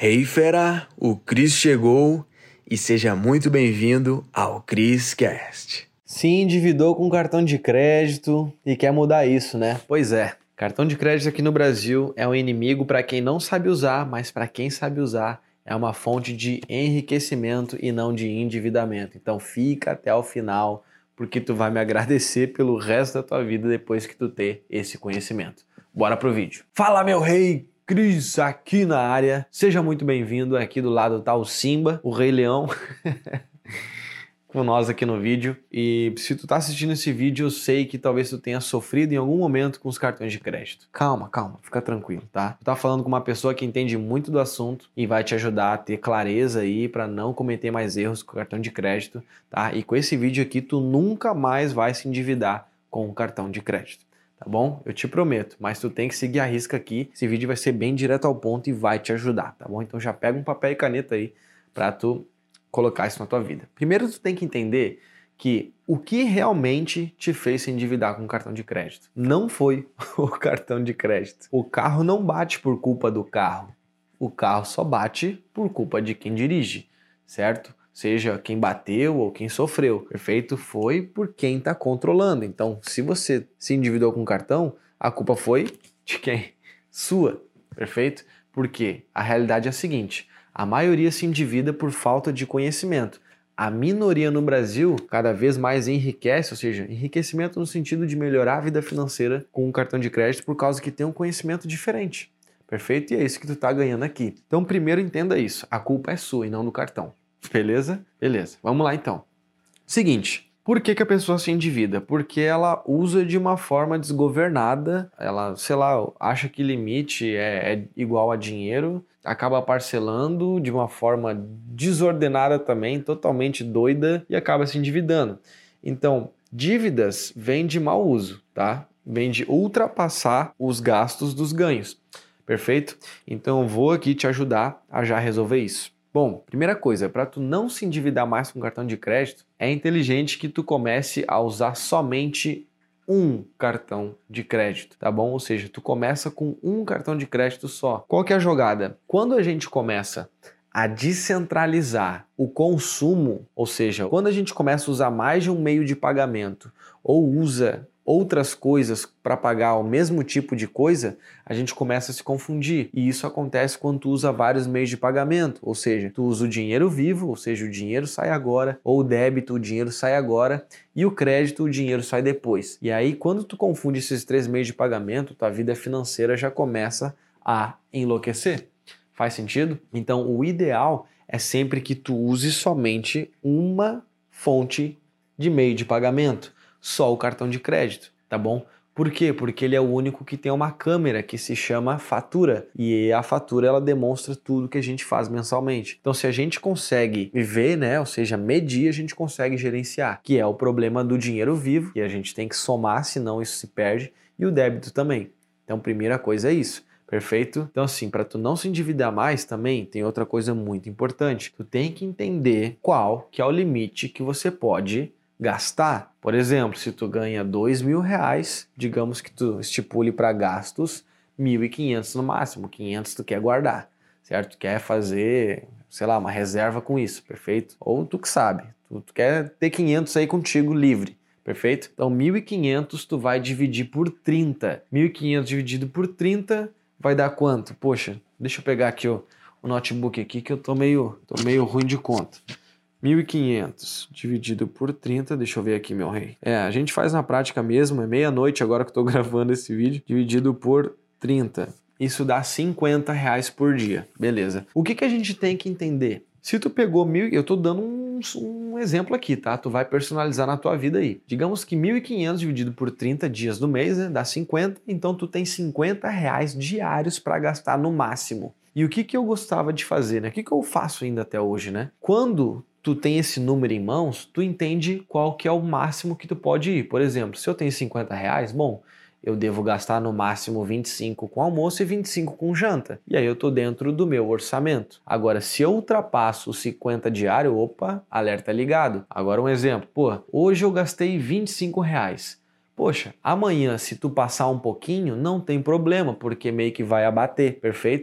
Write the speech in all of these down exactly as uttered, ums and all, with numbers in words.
Hey fera, o Cris chegou e seja muito bem-vindo ao CrisCast. Se endividou com cartão de crédito e quer mudar isso, né? Pois é, cartão de crédito aqui no Brasil é um inimigo para quem não sabe usar, mas para quem sabe usar é uma fonte de enriquecimento e não de endividamento. Então fica até o final, porque tu vai me agradecer pelo resto da tua vida depois que tu ter esse conhecimento. Bora pro vídeo. Fala, meu rei! Cris aqui na área, seja muito bem-vindo. Aqui do lado tá o Simba, o Rei Leão, com nós aqui no vídeo. E se tu tá assistindo esse vídeo, eu sei que talvez tu tenha sofrido em algum momento com os cartões de crédito. Calma, calma, fica tranquilo, tá? Tu tá falando com uma pessoa que entende muito do assunto e vai te ajudar a ter clareza aí para não cometer mais erros com o cartão de crédito, tá? E com esse vídeo aqui, tu nunca mais vai se endividar com o cartão de crédito. Tá bom? Eu te prometo, mas tu tem que seguir a risca aqui. Esse vídeo vai ser bem direto ao ponto e vai te ajudar, tá bom? Então já pega um papel e caneta aí pra tu colocar isso na tua vida. Primeiro tu tem que entender que o que realmente te fez se endividar com o cartão de crédito não foi o cartão de crédito. O carro não bate por culpa do carro. O carro só bate por culpa de quem dirige, certo? Seja quem bateu ou quem sofreu, perfeito? Foi por quem está controlando. Então, se você se endividou com o cartão, a culpa foi de quem? Sua, perfeito? Porque a realidade é a seguinte, a maioria se endivida por falta de conhecimento. A minoria no Brasil cada vez mais enriquece, ou seja, enriquecimento no sentido de melhorar a vida financeira com um cartão de crédito por causa que tem um conhecimento diferente, perfeito? E é isso que tu está ganhando aqui. Então, primeiro entenda isso, a culpa é sua e não do cartão. Beleza? Beleza. Vamos lá então. Seguinte, por que que a pessoa se endivida? Porque ela usa de uma forma desgovernada, ela, sei lá, acha que limite é, é igual a dinheiro, acaba parcelando de uma forma desordenada também, totalmente doida e acaba se endividando. Então, dívidas vêm de mau uso, tá? Vem de ultrapassar os gastos dos ganhos. Perfeito? Então eu vou aqui te ajudar a já resolver isso. Bom, primeira coisa, para tu não se endividar mais com cartão de crédito, é inteligente que tu comece a usar somente um cartão de crédito, tá bom? Ou seja, tu começa com um cartão de crédito só. Qual que é a jogada? Quando a gente começa a descentralizar o consumo, ou seja, quando a gente começa a usar mais de um meio de pagamento ou usa outras coisas para pagar o mesmo tipo de coisa, a gente começa a se confundir. E isso acontece quando tu usa vários meios de pagamento, ou seja, tu usa o dinheiro vivo, ou seja, o dinheiro sai agora, ou o débito, o dinheiro sai agora, e o crédito, o dinheiro sai depois. E aí, quando tu confunde esses três meios de pagamento, tua vida financeira já começa a enlouquecer. Faz sentido? Então, o ideal é sempre que tu use somente uma fonte de meio de pagamento. Só o cartão de crédito, tá bom? Por quê? Porque ele é o único que tem uma câmera que se chama fatura e a fatura ela demonstra tudo que a gente faz mensalmente. Então se a gente consegue ver, né, ou seja, medir, a gente consegue gerenciar, que é o problema do dinheiro vivo e a gente tem que somar, senão isso se perde, e o débito também. Então primeira coisa é isso. Perfeito? Então assim, para tu não se endividar mais também, tem outra coisa muito importante. Tu tem que entender qual que é o limite que você pode gastar. Por exemplo, se tu ganha dois mil reais, digamos que tu estipule para gastos mil e quinhentos no máximo, quinhentos tu quer guardar, certo? Tu quer fazer, sei lá, uma reserva com isso, perfeito? Ou tu que sabe, tu, tu quer ter quinhentos aí contigo livre, perfeito? Então mil e quinhentos tu vai dividir por trinta. mil e quinhentos dividido por trinta vai dar quanto? Poxa, deixa eu pegar aqui ó, o notebook aqui que eu tô meio, tô meio ruim de conta. mil e quinhentos dividido por trinta, deixa eu ver aqui, meu rei. É, a gente faz na prática mesmo, é meia-noite agora que eu tô gravando esse vídeo, dividido por trinta. Isso dá cinquenta reais por dia, beleza. O que que a gente tem que entender? Se tu pegou mil, eu tô dando um, um exemplo aqui, tá? Tu vai personalizar na tua vida aí. Digamos que mil e quinhentos dividido por trinta dias do mês, né, dá cinquenta, então tu tem cinquenta reais diários para gastar no máximo. E o que que eu gostava de fazer, né? O que que eu faço ainda até hoje, né? Quando tu tem esse número em mãos, tu entende qual que é o máximo que tu pode ir. Por exemplo, se eu tenho cinquenta reais, bom, eu devo gastar no máximo vinte e cinco com almoço e vinte e cinco com janta. E aí eu tô dentro do meu orçamento. Agora, se eu ultrapasso os cinquenta diário, opa, alerta ligado. Agora um exemplo, pô, hoje eu gastei vinte e cinco reais. Poxa, amanhã se tu passar um pouquinho, não tem problema, porque meio que vai abater, perfeito?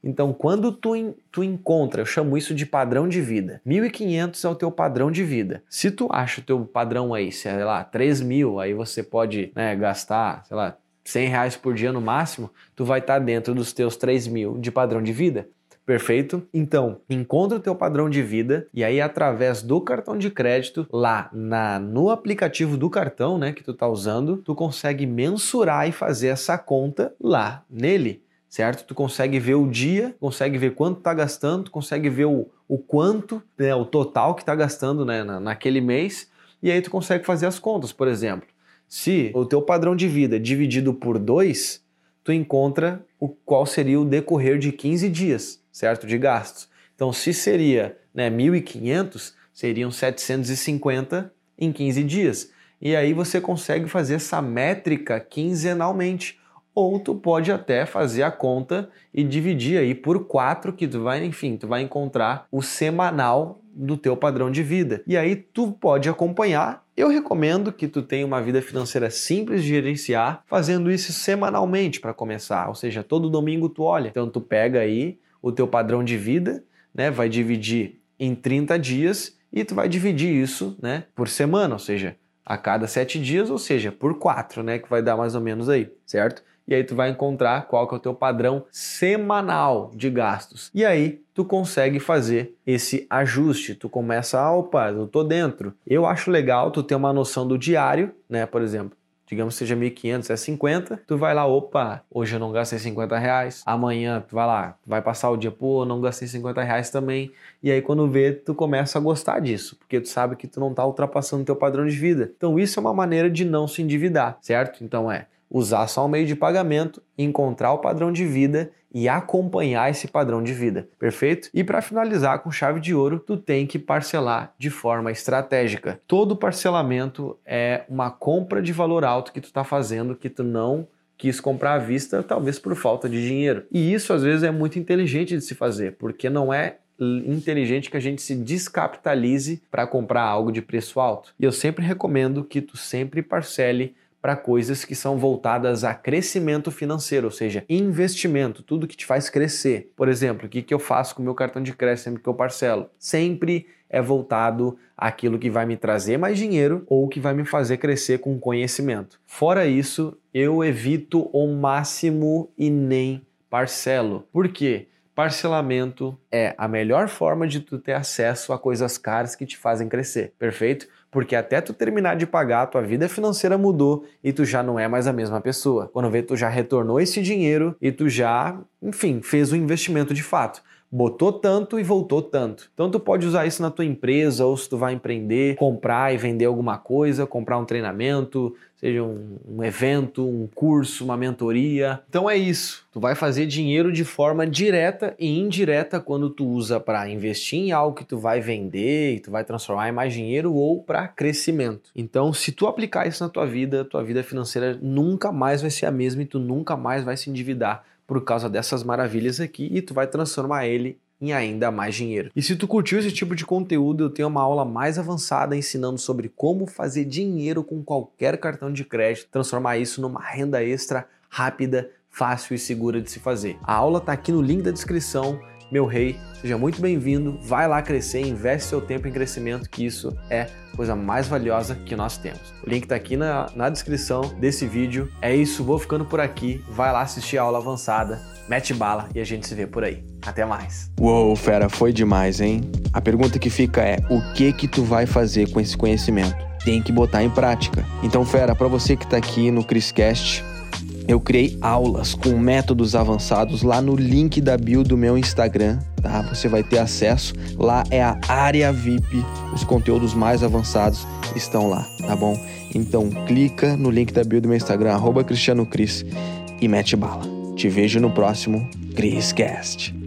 Então, quando tu, in, tu encontra, eu chamo isso de padrão de vida. mil e quinhentos é o teu padrão de vida. Se tu acha o teu padrão aí, sei lá, três mil, aí você pode, né, gastar, sei lá, cem reais por dia no máximo, tu vai estar dentro dos teus três mil de padrão de vida. Perfeito? Então, encontra o teu padrão de vida e aí através do cartão de crédito, lá na, no aplicativo do cartão, né, que tu tá usando, tu consegue mensurar e fazer essa conta lá nele, certo? Tu consegue ver o dia, consegue ver quanto tá gastando, tu consegue ver o, o quanto, né, o total que tá gastando, né, na, naquele mês, e aí tu consegue fazer as contas, por exemplo. Se o teu padrão de vida é dividido por dois, tu encontra o qual seria o decorrer de quinze dias, certo? De gastos. Então, se seria, né, mil e quinhentos, seriam setecentos e cinquenta em quinze dias. E aí você consegue fazer essa métrica quinzenalmente. Ou tu pode até fazer a conta e dividir aí por quatro, que tu vai, enfim, tu vai encontrar o semanal do teu padrão de vida. E aí tu pode acompanhar. Eu recomendo que tu tenha uma vida financeira simples de gerenciar, fazendo isso semanalmente para começar. Ou seja, todo domingo tu olha. Então tu pega aí o teu padrão de vida, né, vai dividir em trinta dias e tu vai dividir isso, né, por semana, ou seja, a cada sete dias, ou seja, por quatro, né, que vai dar mais ou menos aí, certo? E aí tu vai encontrar qual que é o teu padrão semanal de gastos. E aí tu consegue fazer esse ajuste. Tu começa, ah, opa, eu tô dentro. Eu acho legal tu ter uma noção do diário, né? Por exemplo, digamos que seja mil e quinhentos, é cinquenta, tu vai lá, opa, hoje eu não gastei cinquenta reais, amanhã tu vai lá, tu vai passar o dia, pô, eu não gastei cinquenta reais também, e aí quando vê, tu começa a gostar disso, porque tu sabe que tu não tá ultrapassando o teu padrão de vida. Então isso é uma maneira de não se endividar, certo? Então é usar só o meio de pagamento, encontrar o padrão de vida e acompanhar esse padrão de vida, perfeito? E para finalizar com chave de ouro, tu tem que parcelar de forma estratégica. Todo parcelamento é uma compra de valor alto que tu está fazendo, que tu não quis comprar à vista, talvez por falta de dinheiro. E isso às vezes é muito inteligente de se fazer, porque não é inteligente que a gente se descapitalize para comprar algo de preço alto. E eu sempre recomendo que tu sempre parcele para coisas que são voltadas a crescimento financeiro, ou seja, investimento, tudo que te faz crescer. Por exemplo, o que, que eu faço com o meu cartão de crédito sempre que eu parcelo? Sempre é voltado àquilo que vai me trazer mais dinheiro ou que vai me fazer crescer com conhecimento. Fora isso, eu evito o máximo e nem parcelo. Por quê? Parcelamento é a melhor forma de tu ter acesso a coisas caras que te fazem crescer, perfeito? Porque até tu terminar de pagar, tua vida financeira mudou e tu já não é mais a mesma pessoa. Quando vê, tu já retornou esse dinheiro e tu já, enfim, fez o investimento de fato. Botou tanto e voltou tanto. Então tu pode usar isso na tua empresa, ou se tu vai empreender, comprar e vender alguma coisa, comprar um treinamento, seja um, um evento, um curso, uma mentoria. Então é isso. Tu vai fazer dinheiro de forma direta e indireta quando tu usa para investir em algo que tu vai vender e tu vai transformar em mais dinheiro ou para crescimento. Então, se tu aplicar isso na tua vida, tua vida financeira nunca mais vai ser a mesma e tu nunca mais vai se endividar por causa dessas maravilhas aqui e tu vai transformar ele em ainda mais dinheiro. E se tu curtiu esse tipo de conteúdo, eu tenho uma aula mais avançada ensinando sobre como fazer dinheiro com qualquer cartão de crédito, transformar isso numa renda extra rápida, fácil e segura de se fazer. A aula tá aqui no link da descrição. Meu rei, seja muito bem-vindo, vai lá crescer, investe seu tempo em crescimento, que isso é a coisa mais valiosa que nós temos. O link tá aqui na, na descrição desse vídeo. É isso, vou ficando por aqui, vai lá assistir a aula avançada, mete bala e a gente se vê por aí. Até mais. Uou, fera, foi demais, hein? A pergunta que fica é, o que que tu vai fazer com esse conhecimento? Tem que botar em prática. Então, fera, para você que tá aqui no ChrisCast, eu criei aulas com métodos avançados lá no link da bio do meu Instagram, tá? Você vai ter acesso. Lá é a área V I P. Os conteúdos mais avançados estão lá, tá bom? Então clica no link da bio do meu Instagram, arroba cristiano cris, e mete bala. Te vejo no próximo ChrisCast.